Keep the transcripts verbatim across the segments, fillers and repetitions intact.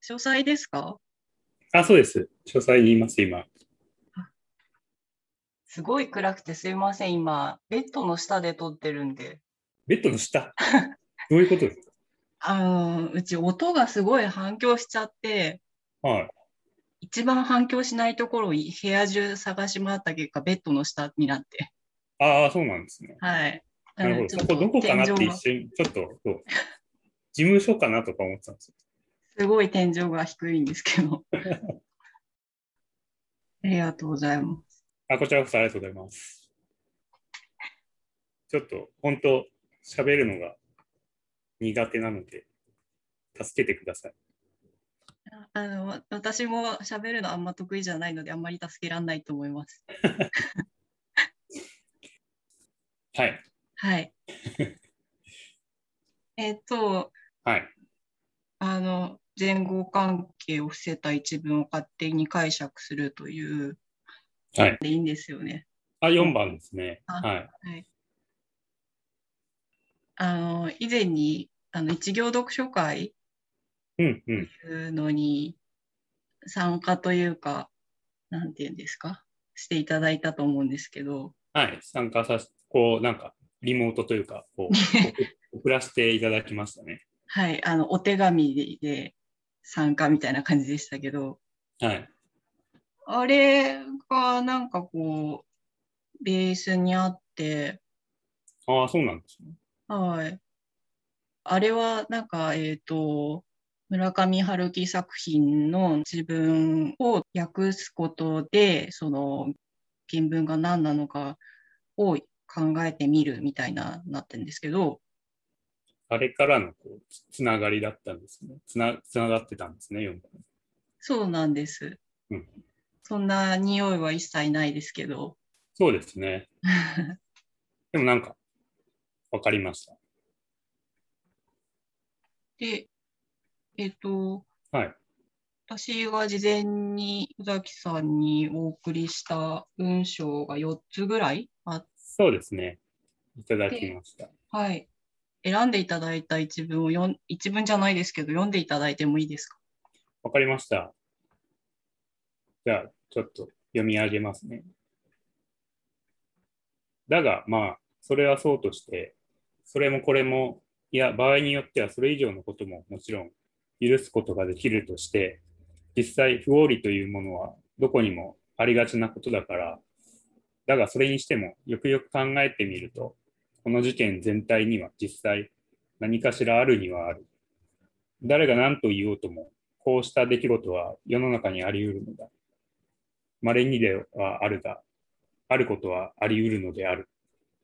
書斎ですか？ あ、そうです。書斎にいます、今。 すごい暗くてすいません。今、ベッドの下で撮ってるんで。 ベッドの下。どういうことですあの、うち音がすごい反響しちゃって、 か？はい。 一番反響しないところを部屋中探し回った結果、ベッドの下になって。 ああ、そうなんですね。 はい。ななるほど。 のでちょっとそこどこかなって一天井が、 瞬、ちょっと、そう事務所かなとか思ってたんですすごい天井が低いんですけど。 よ。 ありがとうございます。 あ、こちらこそありがとうございます。ちょっと、本当喋るのが苦手なので、助けてください。 あの、わ私も喋るのあんま得意じゃないので、あんまり助けられないと思います。 はい。 はい。えっと、 はい。 あの、前後関係を伏せた一文を勝手に解釈するという、 はい。 でいいんですよね。 あ、 うん。 よんばんですね。 あ、 はい。 はい。あの、以前に、あの、一行読書会うん、うといん。 うのに参加というか、なんていうんですか、していただいたと思うんですけど、 はい。参加させ、こう、なんか、リモートというか、こう、送送らせていただきましたね。 はい、あの、お手紙で参加みたいな感じでしたけど、 はい。 あれがなんかこう、ベースにあって、 ああ、そうなんですね。 はい。あれはなんか、えっと、村上春樹作品の自分を訳すことで、その原文が何なのかを考えてみるみたいな、なってるんですけど、 あれからの、こう、つつながりだったんですね。つな、つながってたんですね、よんばん。 そうなんです。 うん。 そんな匂いは一切ないですけど。 そうですね。でもなんか、わかりました。 で、えっと、 はい。 私が事前に宇崎さんにお送りした文章がよっつぐらいあっそうですね。いただきて、 ました。 はい。選んでいただいた一文を読ん、一文じゃないですけど、読んでいただいてもいいですか？ わかりました。じゃあ、ちょっと読み上げますね。だが、まあ、それはそうとして、それもこれも、いや、場合によってはそれ以上のことももちろん許すことができるとして、実際不合理というものはどこにもありがちなことだから、だがそれにしてもよくよく考えてみると、この事件全体には実際何かしらあるにはある。誰が何と言おうとも、こうした出来事は世の中にあり得るのだ。稀にではあるが、あることはあり得るのである。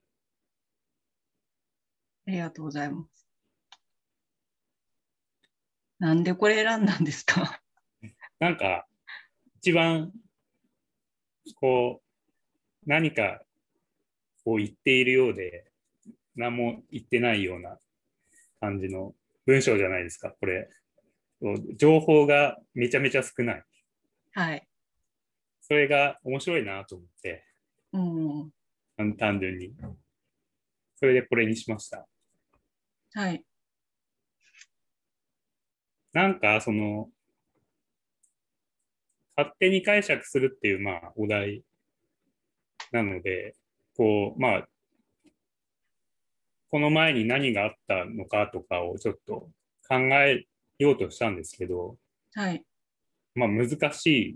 ありがとうございます。なんでこれ選んだんですか？ なんか、一番、こう、何かを言っているようで、何も言ってないような感じの文章じゃないですか、これ。情報がめちゃめちゃ少ない。 はい。 それが面白いなと思って、 うん。 単純に。それでこれにしました。 はい。 なんか、その、勝手に解釈するっていう、まあ、お題なので、こう、まあ、この前に何があったのかとかをちょっと考えようとしたんですけど、 はい。 まあ、難し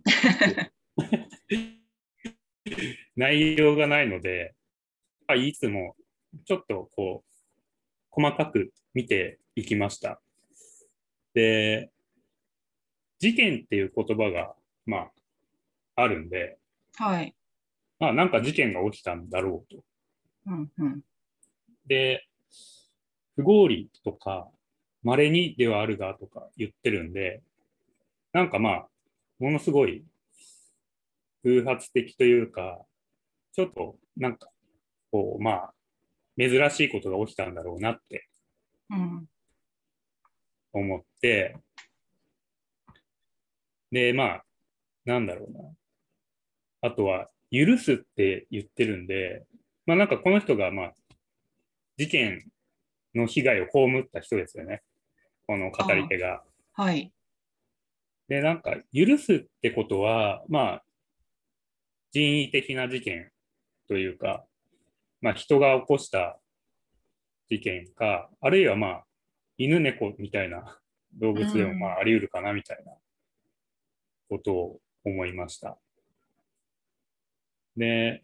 い内容がないので、まあ、いつもちょっとこう、細かく見ていきました。で、事件っていう言葉が、まあ、あるんで、 はい。 まあ、なんか事件が起きたんだろうと。 うん、うん。 で、不合理とか、稀にではあるがとか言ってるんで、なんかまあ、ものすごい偶発的というか、ちょっとなんか、こう、まあ、珍しいことが起きたんだろうなってうん。 思って、で、まあ、なんだろうな。あとは、許すって言ってるんで、まあなんかこの人が、まあ、事件の被害を被った人ですよね。この語りあ手が。 あ、はい。 で、なんか、許すってことは、まあ、人為的な事件というか、まあ、人が起こした事件か、あるいはまあ、犬猫みたいな動う物でもまん。 ああり得るかなみたいなことを思いました。で、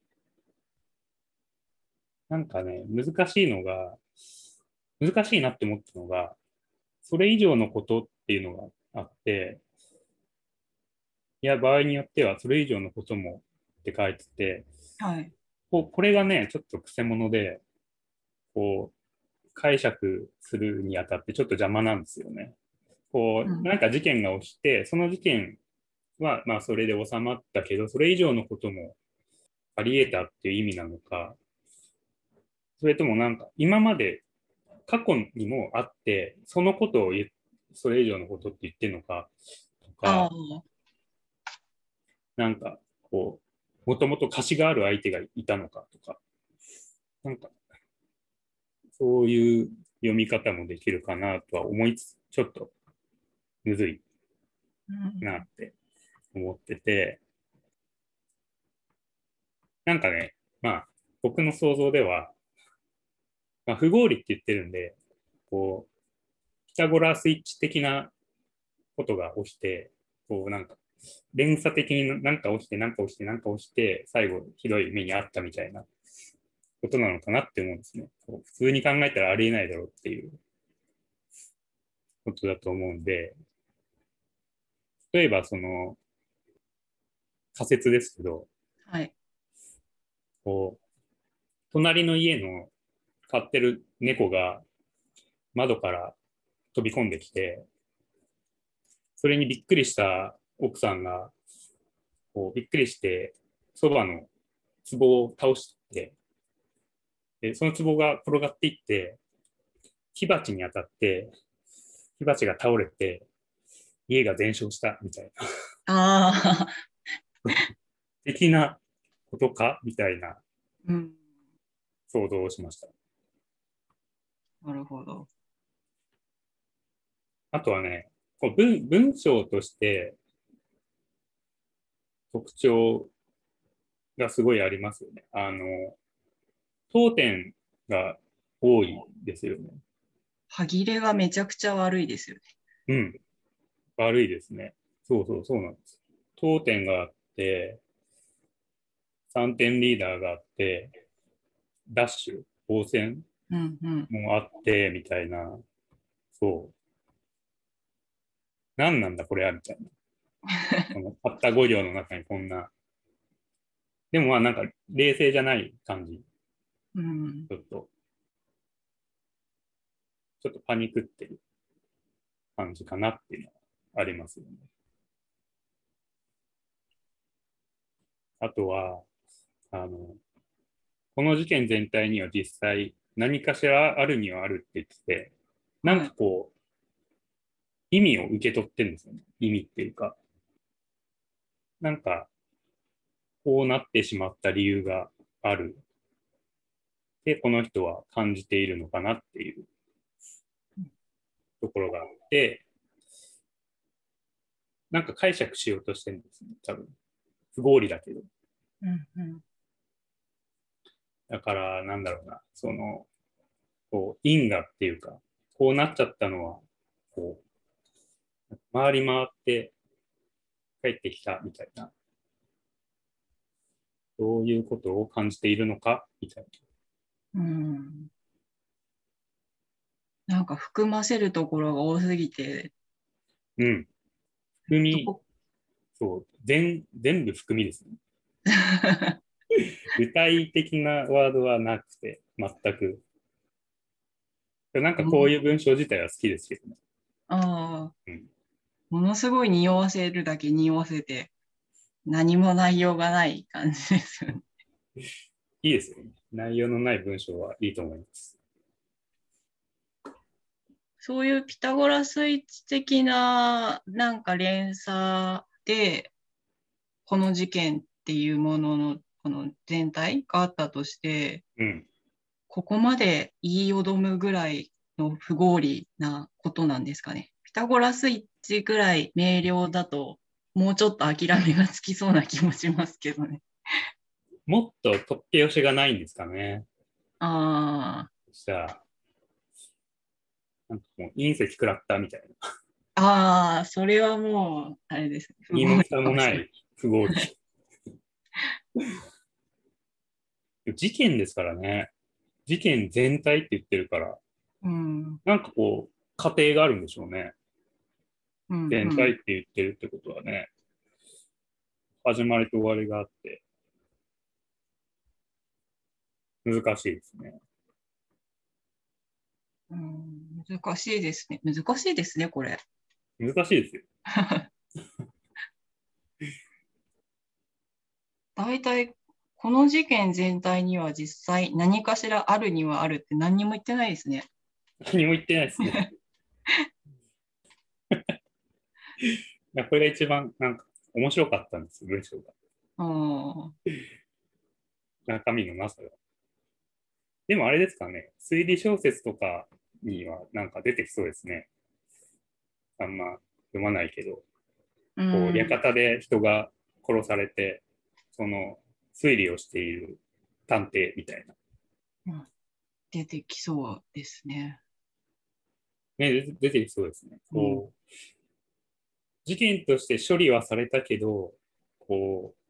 なんかね、難しいのが、難しいなって思ったのが、それ以上のことっていうのがあって、いや、場合によってはそれ以上のこともって書いてて、 はい。 こうこれがね、ちょっと癖者で、こう、解釈するにあたってちょっと邪魔なんですよね。こう、 うん。 なんか事件が起きて、その事件は、まあ、それで収まったけど、それ以上のこともあり得たっていう意味なのか、それともなんか、今まで過去にもあって、そのことを言それ以上のことって言ってるのか、とか、 ああ。 なんか、こう、もともと貸しがある相手がいたのかとか、なんか、そういう読み方もできるかなとは思いつつ、ちょっとむずいうん。 なって思ってて、なんかね、まあ、僕の想像では、まあ、不合理って言ってるんで、こう、ピタゴラスイッチ的なことが起きて、こうなんか、連鎖的になんか起きて、なんか起きて、なんか起きて、最後ひどい目にあったみたいなことなのかなって思うんですね。こう普通に考えたらありえないだろうっていうことだと思うんで、例えばその仮説ですけど、 はい。 こう、隣の家の飼ってる猫が窓から飛び込んできて、それにびっくりした奥さんが、こうびっくりして、そばの壺を倒して、でその壺が転がっていって、火鉢に当たって、火鉢が倒れて、家が全焼したみたいな、 ああ。 的なことかみたいなうん。 想像をしました。 なるほど。 あとはね、こう 文, 文章として特徴がすごいありますよね。あの、当点が多いですよね。 歯切れがめちゃくちゃ悪いですよね。 うん、悪いですね。そうそうそうなんです。当点があって、さんてんリーダーがあって、ダッシュ、応戦うんうん。 もあって、みたいな、そう。何なんだこれはみたいな。このたったご行の中にこんな。でもまあなんか冷静じゃない感じ。 うん。 ちょっと、ちょっとパニックってる感じかなっていうのはありますよね。あとは、あの、この事件全体には実際何かしらあるにはあるって言ってて、なんはい。 かこう、意味を受け取ってるんですよね。意味っていうか、なんか、こうなってしまった理由がある。で、この人は感じているのかなっていうところがあって、なんか解釈しようとしてるんですね。多分。不合理だけど。 うんうん。 だから、なんだろうな。その、こう、因果っていうか、こうなっちゃったのは、こう、回り回って帰ってきたみたいな、どういうことを感じているのかみたいうん。なんか含ませるところが多すぎて、 な。うん。含み、 どこ、 そう、全、全部含みですね。具体的なワードはなくて、全く。なんかこういう文章自体は好きですけどね。 ああ、 うん。 ものすごい匂わせるだけ匂わせて、何も内容がない感じですよね。 いいですよね。内容のない文章はいいと思います。 そういうピタゴラスイッチ的ななんか連鎖で、この事件っていうもののこの全体があったとして、 うん。 ここまで言いよどむぐらいの不合理なことなんですかね。ピタゴラスイッ字ぐらい明瞭だと、もうちょっと諦めがつきそうな気もしますけどね。 もっと突拍子がないんですかね。 あそしたら、なんかもう隕石食らったみたいな。 あ、ああ、それはもう、あれですね。不合理身も蓋かもしれない。 もない不合理。事件ですからね。事件全体って言ってるから、 うん、 なんかこう、過程があるんでしょうね。 うん、うん、 全体って言ってるってことはね、始まりと終わりがあって、難しいですね。 うん。難しいですね。難しいですね、これ。 難しいですよ。 大体、この事件全体には実際何かしらあるにはあるって何にも言ってないですね。 何も言ってないですね。いや、これが一番なんか面白かったんですよ、文章が。 うん、 中身のなさが。でもあれですかね、推理小説とかにはなんか出てきそうですね。あんま読まないけど、 うこう、 ん、 館で人が殺されて、その推理をしている探偵みたいな。 うん出てきそうですね。 ね、出て出てきそうですね。 うん、 こう、事件として処理はされたけど、こう、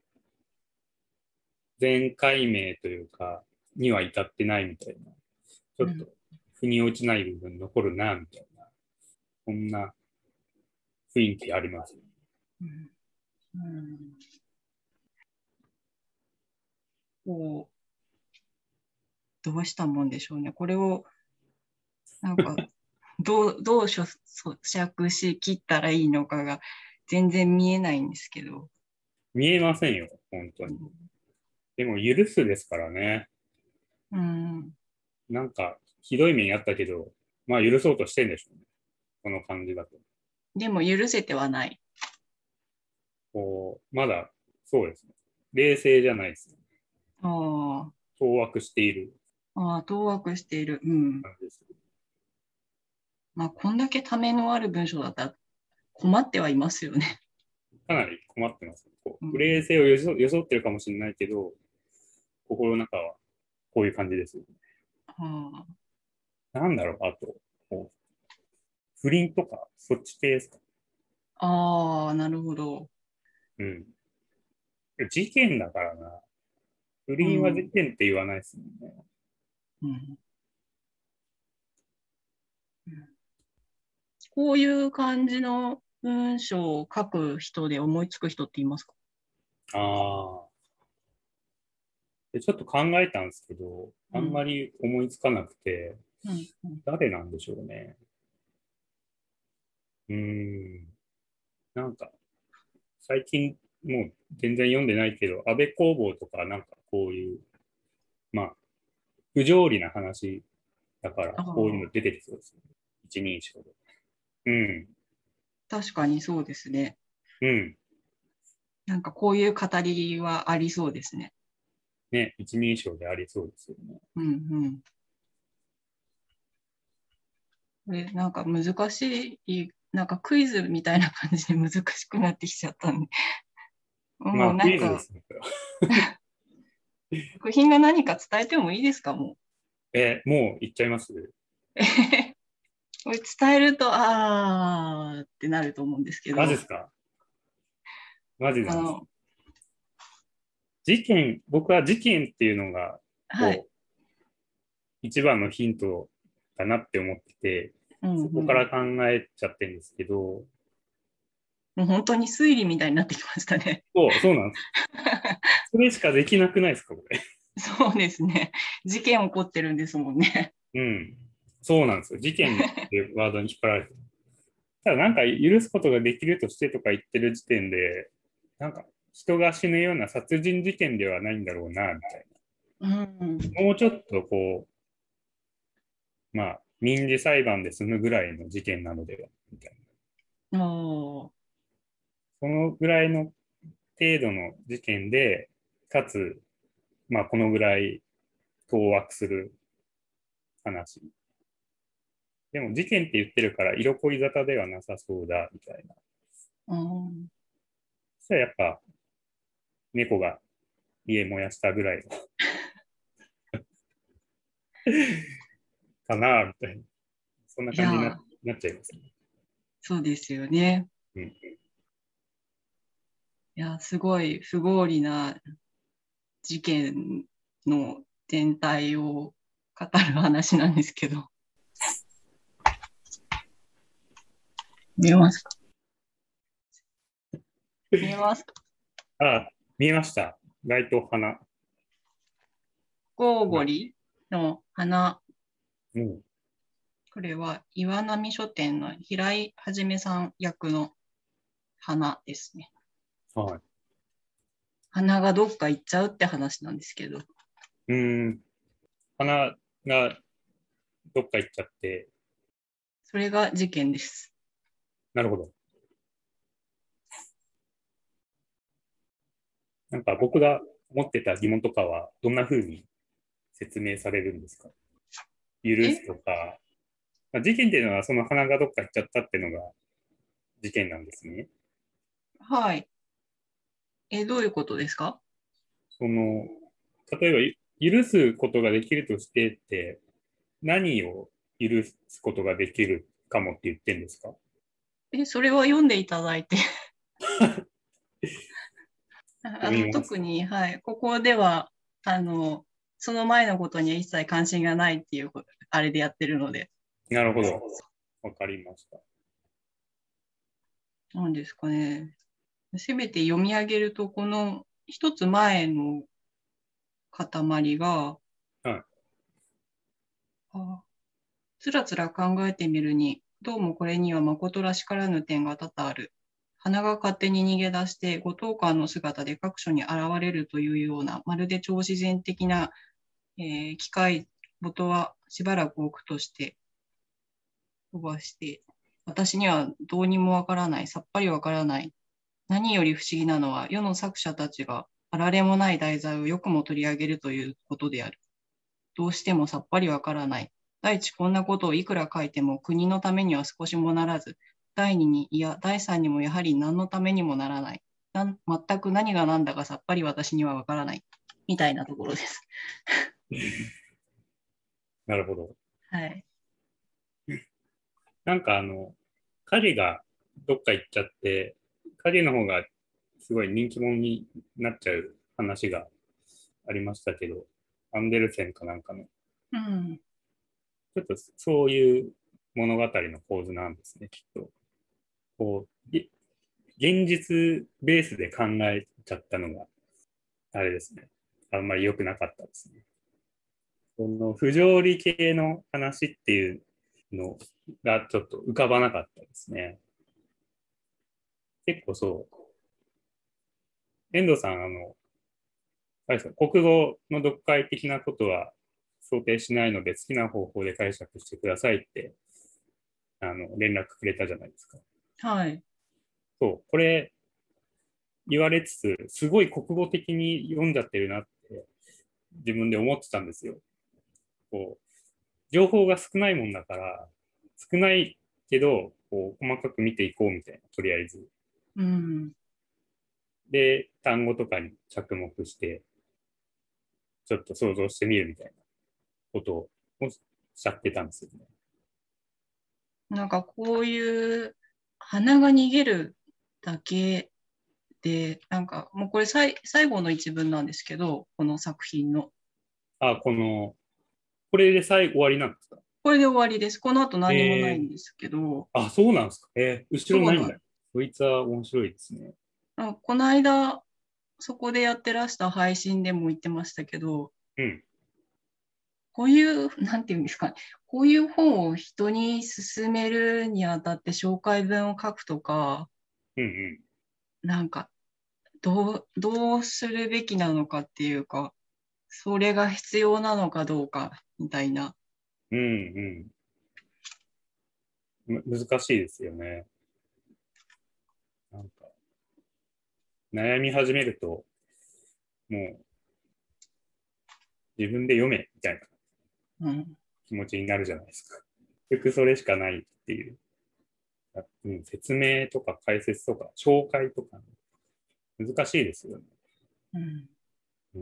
全解明というか、には至ってないみたいな。ちょっと、 うん、 腑に落ちない部分残るな、みたいな。そんな雰囲気あります。 うん、うん。こう、どうしたもんでしょうね。これを、なんか、どう、どう咀嚼し切ったらいいのかが全然見えないんですけど。 見えませんよ、本当に。でも、許すですからね。 うん、 なんか、ひどい目にあったけど、まあ、許そうとしてんでしょうね。この感じだと。 でも許せてはない。 こう、まだ、そうですね。冷静じゃないですね。 あ当惑しているあ、ああ、当惑している。うん。 感じです。 まあ、こんだけためのある文章だったら困ってはいますよね。 かなり困ってます。こう冷うん。 静を装装ってるかもしれないけど、心の中はこういう感じです。 あなんだろう、あと、こう不倫とか、そっち系ですか？ あ、ああなるほど。 うん。事件だからな。不倫は事うん。 件って言わないですもんね。 うん。こういう感じの文章を書く人で思いつく人っていますか？ ああ。で、ちょっと考えたんですけど、あんまうん。 り思いつかなくて、 うん。うん。 誰なんでしょうね。うーん。なんか、最近もう全然読んでないけど、安倍工房とかなんかこういう、まあ、不条理な話だから、 あこういうのあ、 出てきそうですね。一人称で。うん。 確かにそうですね。 うん。 なんかこういう語りはありそうですね。 ね、一人称でありそうですよね。 うん。うん。これなんか難しい、なんかクイズみたいな感じで難しくなってきちゃったんで。もうまあ、クなんかイズですね。 作品が何か伝えてもいいですか、もえ、もう言っちゃいます？ う。これ伝えると、あーってなると思うんですけど、 マジですか？マジなんです。 あの、 事件、僕は事件っていうのが、 はい。 こう、一番のヒントだなって思ってて、 うんうん。 そこから考えちゃってるんですけど、 もう本当に推理みたいになってきましたね。 そう、そうなんです。それしかできなくないですか、これ。 そうですね。事件起こってるんですもんね。 うん。そうなんですよ。事件っていうワードに引っ張られて。ただなんか許すことができるとしてとか言ってる時点で、なんか人が死ぬような殺人事件ではないんだろうな、みたいうん。 な。もうちょっとこう、まあ、民事裁判で済むぐらいの事件なのでは、みたいな。 おーそのぐらいの程度の事件で、かつ、まあ、このぐらい当惑する話でも事件って言ってるから色恋沙汰ではなさそうだみたいな。 うん、 そしたらやっぱ猫が家燃やしたぐらいのかなみたいな。そんな感じにな、 いや、 なっちゃいますね。 そうですよね。 うん。 いや、すごい不合理な事件の全体を語る話なんですけど。見えますか？見えますか？ あ、見えました。街灯花。 コウゴがリの花。 うん。 これは岩波書店の平井はじめさん役の花ですね。 はい。 花がどっか行っちゃうって話なんですけど。 うーん。花がどっか行っちゃって、 それが事件です。 なるほど。なんか僕が持ってた疑問とかは、どんな風に説明されるんですか？許えすとか、まあ、事件っていうのはその花がどっか行っちゃったっていうのが事件なんですね。 はい。え、どういうことですか？ その、例えば許すことができるとしてって、何を許すことができるかもって言ってんですか？ え、それは読んでいただいて。あの、 読みます。 特に、はい、ここでは、あの、その前のことには一切関心がないっていう、あれでやってるので、 なるほど。わかりました。 なんですかね。せめて読み上げると、この一つ前の塊が、 はい。 あ、つらつら考えてみるに、どうもこれには誠らしからぬ点が多々ある。花が勝手に逃げ出して、五等間の姿で各所に現れるというような、まるで超自然的な、えー機械元はしばらく置くとして飛ばして、私にはどうにもわからない、さっぱりわからない。何より不思議なのは、世の作者たちがあられもない題材をよくも取り上げるということである。どうしてもさっぱりわからない。第一、こんなことをいくら書いても国のためには少しもならず、第二に、いや、第三にもやはり何のためにもならない。なん全く何が何だかさっぱり私にはわからない。みたいなところです。 なるほど。 はい。 なんかあの、影がどっか行っちゃって、影の方がすごい人気者になっちゃう話がありましたけど、アンデルセンかなんかの、 うん。 ちょっとそういう物語の構図なんですね、きっと。こう、現実ベースで考えちゃったのが、あれですね。あんまり良くなかったですね。この不条理系の話っていうのがちょっと浮かばなかったですね。結構そう。遠藤さん、あの、あれですか、国語の読解的なことは想定しないので好きな方法で解釈してくださいってあの連絡くれたじゃないですか。 はい。 そう、これ言われつつ、すごい国語的に読んじゃってるなって自分で思ってたんですよ。こう情報が少ないもんだから、少ないけど、こう細かく見ていこうみたいな、とりあえず。 うん。 で、単語とかに着目して、ちょっと想像してみるみたいなことをおっしゃってたんですよね。 なんかこういう鼻が逃げるだけで、なんかもうこれさい最後の一文なんですけど、この作品の。 あ、この、これで最後終わりなんですか？ これで終わりです。この後何もないえー、 んですけど、 あ、そうなんですか。えー、後ろないんだ。 そうなんそいつは面白いですね。 あこの間、そこでやってらした配信でも言ってましたけど、 うん、 こういう、なんていうんですかね、こういう本を人に勧めるにあたって紹介文を書くとか、 うん、 なんか、どう、どうするべきなのかっていうか、それが必要なのかどうかみたいな。 うん、うん、む難しいですよね。なんか、悩み始めると、もう自分で読めみたいなうん。 気持ちになるじゃないですか。 結局それしかないっていう。うん、説明とか解説とか紹介とか、ね、難しいですよね。 うんうん、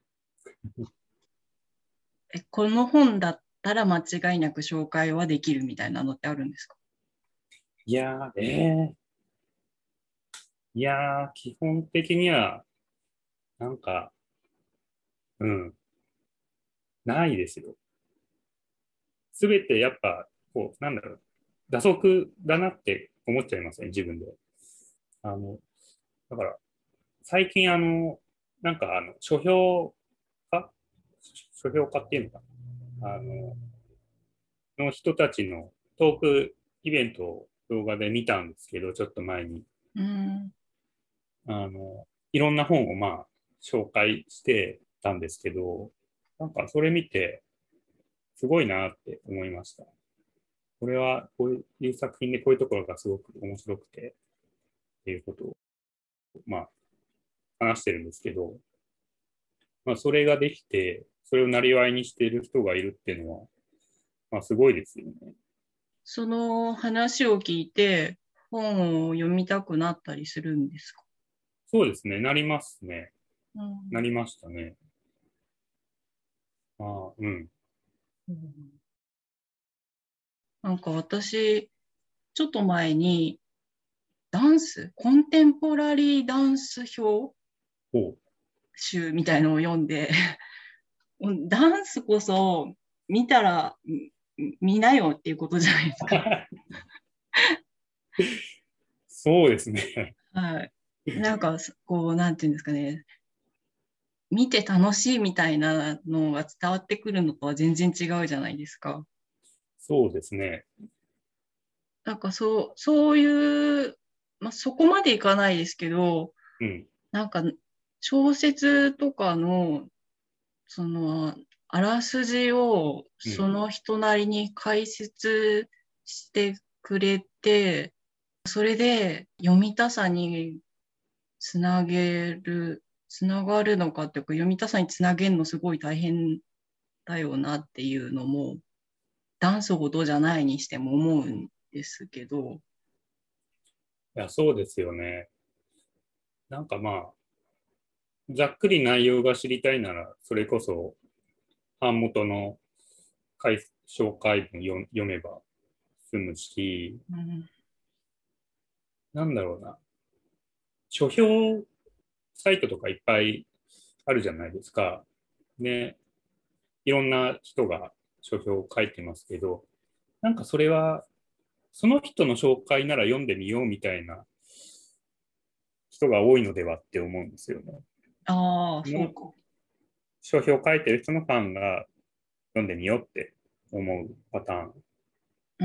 え、この本だったら間違いなく紹介はできるみたいなのってあるんですか？ いやー、えー、いやー、基本的には、なんか、うん、ないですよ。すべてやっぱ、こう、なんだろう、打足だなって思っちゃいますね、自分で。あの、だから、最近あの、なんかあの、書評家書評家っていうのかなあの、の人たちのトークイベントを動画で見たんですけど、ちょっと前に。 うん。 あの、いろんな本をまあ、紹介してたんですけど、なんかそれ見て、すごいなって思いました。これはこういう作品でこういうところがすごく面白くて、っていうことを、まあ、話してるんですけど、まあ、それができて、それをなりわいにしている人がいるっていうのは、まあ、すごいですよね。 その話を聞いて本を読みたくなったりするんですか？ そうですね。なりますね。 うん。 なりましたね。ああ、うん。 うん。なんか私、ちょっと前にダンス、コンテンポラリーダンス表ほう。 集みたいのを読んで、ダンスこそ見たら見なよっていうことじゃないですか。 そうですね。 はい。なんか、こう、なんていうんですかね。見て楽しいみたいなのが伝わってくるのとは全然違うじゃないですか。 そうですね。 なんかそう、そういう、まあ、そこまでいかないですけど、 うん。 なんか小説とかの、その、あらすじをうん。 その人なりに解説してくれて、それで読みたさにつなげる、つながるのかっていうか、読みたさにつなげるのすごい大変だよなっていうのも、ダンスほどじゃないにしても思うんですけど、 いや、そうですよね。なんかまあ、ざっくり内容が知りたいなら、それこそ、版元の解紹介文読読めば済むし、 うん、 なんだろうな。書評サイトとかいっぱいあるじゃないですか。ね、いろんな人が書評を書いてますけど、なんかそれは、その人の紹介なら読んでみようみたいな人が多いのではって思うんですよね。 ああ、 そのそうか。 書評を書いてる人のファンが読んでみようって思うパターン。 うん、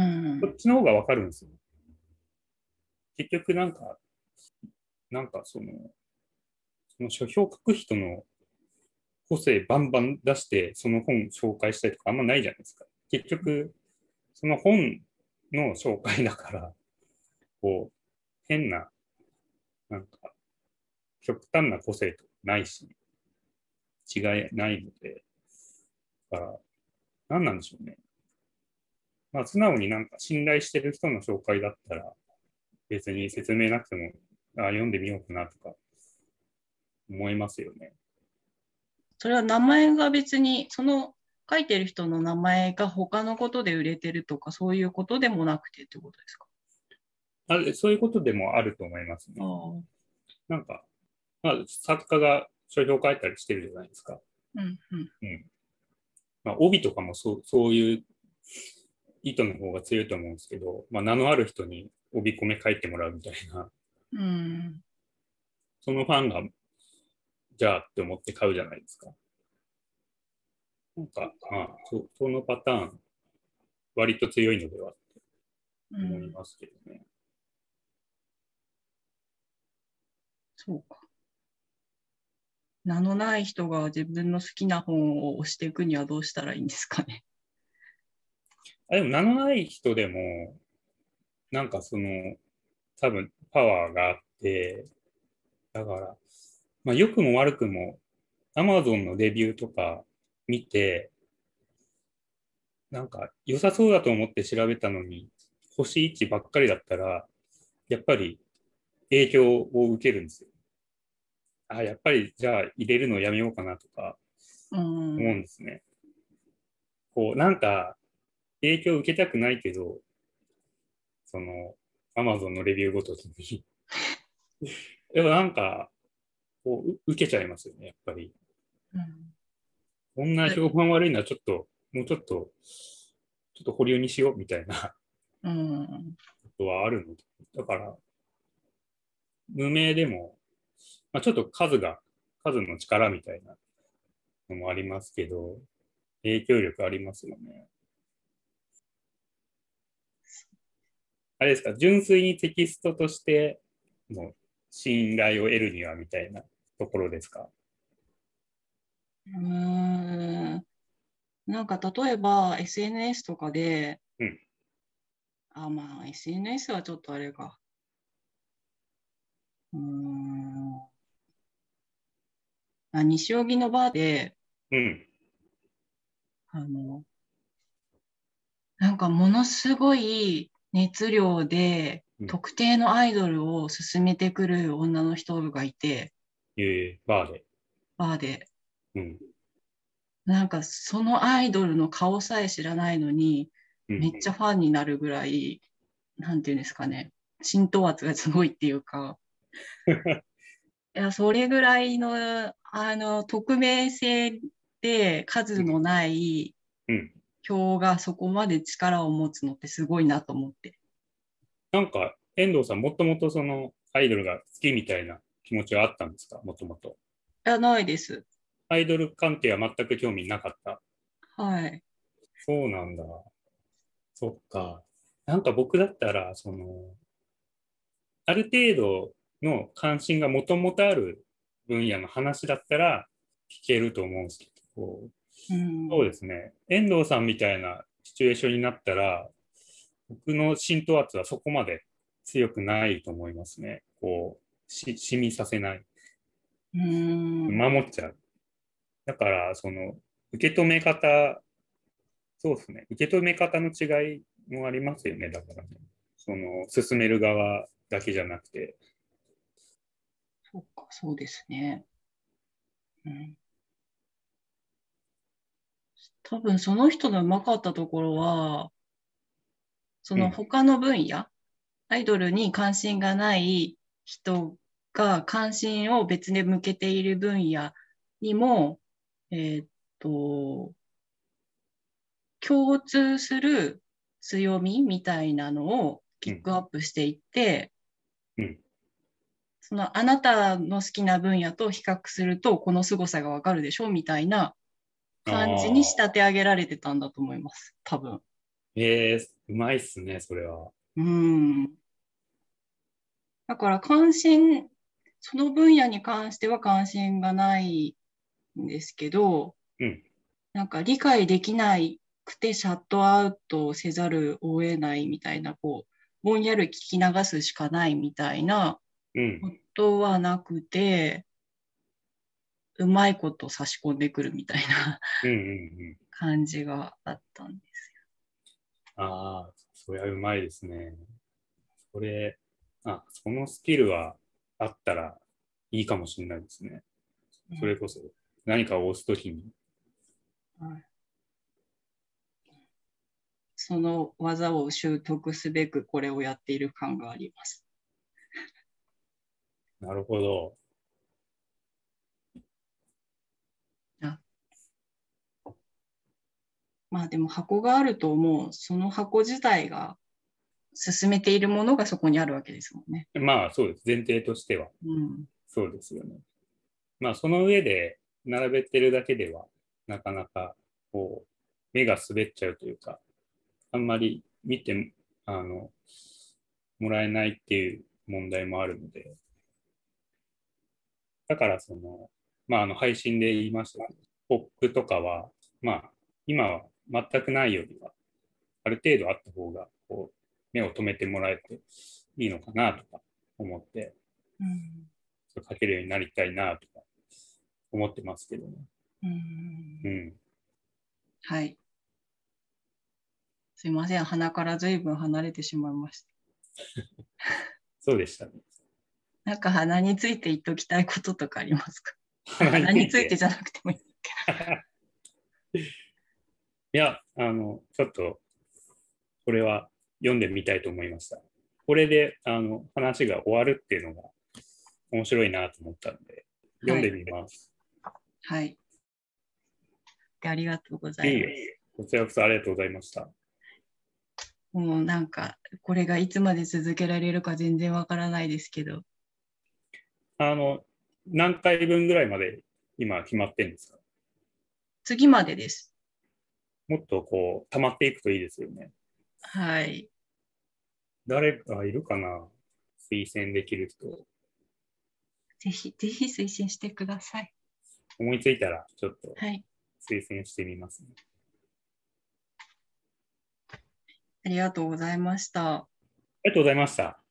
こっちの方がわかるんですよ。結局なんか、なんかその、その書評を書く人の個性バンバン出して、その本紹介したりとかあんまないじゃないですか。結局、その本の紹介だから、こう、変な、なんか、極端な個性とかないし、違いないので、だから、何なんでしょうね。まあ、素直になんか信頼してる人の紹介だったら、別に説明なくても、あ読んでみようかなとか思いますよね。 それは名前が別に、その書いてる人の名前が他のことで売れてるとか、そういうことでもなくてってことですか？ あれそういうことでもあると思いますね。 ああ、 なんか、まあ、作家が書評を書いたりしてるじゃないですか。 うん、うん、 うん。まあ、帯とかもそう、そういう意図の方が強いと思うんですけど、まあ、名のある人に帯込め書いてもらうみたいな、 うん、 そのファンが、じゃあって思って買うじゃないですか。なんか、まあ、そそのパターン、割と強いのではと思いうん、 ますけどね。 そうか。名のない人が自分の好きな本を押していくにはどうしたらいいんですかね。 あでも、名のない人でも、なんかその、多分パワーがあって、だから、まあ、良くも悪くも、アマゾンのレビューとか見て、 なんか良さそうだと思って調べたのに、星いちばっかりだったら、やっぱり影響を受けるんですよ。あ、やっぱりじゃあ入れるのやめようかなとかうん。 思うんですね。こう、なんか影響を受けたくないけど、その、アマゾンのレビューごとにでもなんか、こう、受けちゃいますよね、やっぱり。 うん。 こんな評判悪いのはちょっと、もうちょっと、ちょっと保留にしようみたいなうん。 ことはあるので。だから、無名でも、まあ、ちょっと数が、数の力みたいなのもありますけど、影響力ありますよね。あれですか、純粋にテキストとしての信頼を得るにはみたいなところですか？ うーん。なんか例えば エスエヌエス とかで、 うん。 あ、まあ エスエヌエス はちょっとあれか。うーん。あ、西荻のバーで、 うん。 あの、なんかものすごい熱量でうん。 特定のアイドルを勧めてくる女の人がいて、 えー、バーで。 バーで。 うん。 なんかそのアイドルの顔さえ知らないのに、 うん。 めっちゃファンになるぐらい、なんていうんですかね、浸透圧がすごいっていうか、いや、それぐらいの、あの、匿名性で数のないうん。 票がそこまで力を持つのってすごいなと思って。 なんか、遠藤さん、もともとそのアイドルが好きみたいな気持ちはあったんですか？もともと。 いや、ないです。 アイドル関係は全く興味なかった。 はい。 そうなんだ。そっか。なんか僕だったら、その、ある程度の関心がもともとある分野の話だったら聞けると思うんですけど、 うそうん。 ですね。遠藤さんみたいなシチュエーションになったら、僕の浸透圧はそこまで強くないと思いますね。こう、し、染みさせない。 うん。 守っちゃう。だから、その、受け止め方、そうですね。受け止め方の違いもありますよね。だからね。その、進める側だけじゃなくて。 そっか、そうですね。うん。多分その人のうまかったところは、そうん。 の他の分野、アイドルに関心がない人が関心を別で向けている分野にも、えーっと、共通する強みみたいなのをピうん。 ックアップしていって、 うん。 そのあなたの好きな分野と比較するとこの凄さがわかるでしょみたいなあ感じに仕あ。 立て上げられてたんだと思います。多分。 ええー、うまいっすね、それは。 うん。だから関心、その分野に関しては関心がないんですけど、 うん。 なんか理解できないくてシャットアウトせざるを得ないみたいな、こう、ぼんやり聞き流すしかないみたいなうん。 ことはなくて、うまいこと差し込んでくるみたいなうん。うん。うん。 感じがあったんです。 ああ、それはうまいですね。それ、あ、そのスキルはあったらいいかもしれないですね。 うん。 それこそ何かを押すときに。 はい。その技を習得すべくこれをやっている感があります。 なるほど。 あ、まあでも箱があるともうその箱自体が進めているものがそこにあるわけですもんね。 まあそうです。前提としてはうん。 そうですよね。まあその上で並べてるだけではなかなかこう目が滑っちゃうというか、あんまり見てあのもらえないっていう問題もあるので、だからその、まああの配信で言いましたけど、ポップとかは、まあ今は全くないよりは、ある程度あった方がこう目を留めてもらえていいのかなとか思って、 うん。 それ書けるようになりたいなとか思ってますけどね。 うん。 うん。 はい。 すいません、鼻からずいぶん離れてしまいました。 そうでしたね。 なんか鼻について言っときたいこととかありますか？ 鼻鼻についてについて。 じゃなくてもいいけいや、あの、ちょっと、これは読んでみたいと思いました。これで、あの、話が終わるっていうのが面白いなと思ったので、 ど。 読んでみます。 はい。はい。でありがとうございいいます。 え、こちらこそありがとうございました。 もうなんか、これがいつまで続けられるか全然わからないですけど。 あの、何回分ぐらいまで今決まってるんですか？ 次までです。 もっとこう、溜まっていくといいですよね。 はい。 誰かいるかな、推薦できる人。 ぜひ、ぜひ推薦してください。 思いついたら、ちょっとはい。 推薦してみますね。 ありがとうございました。 ありがとうございました。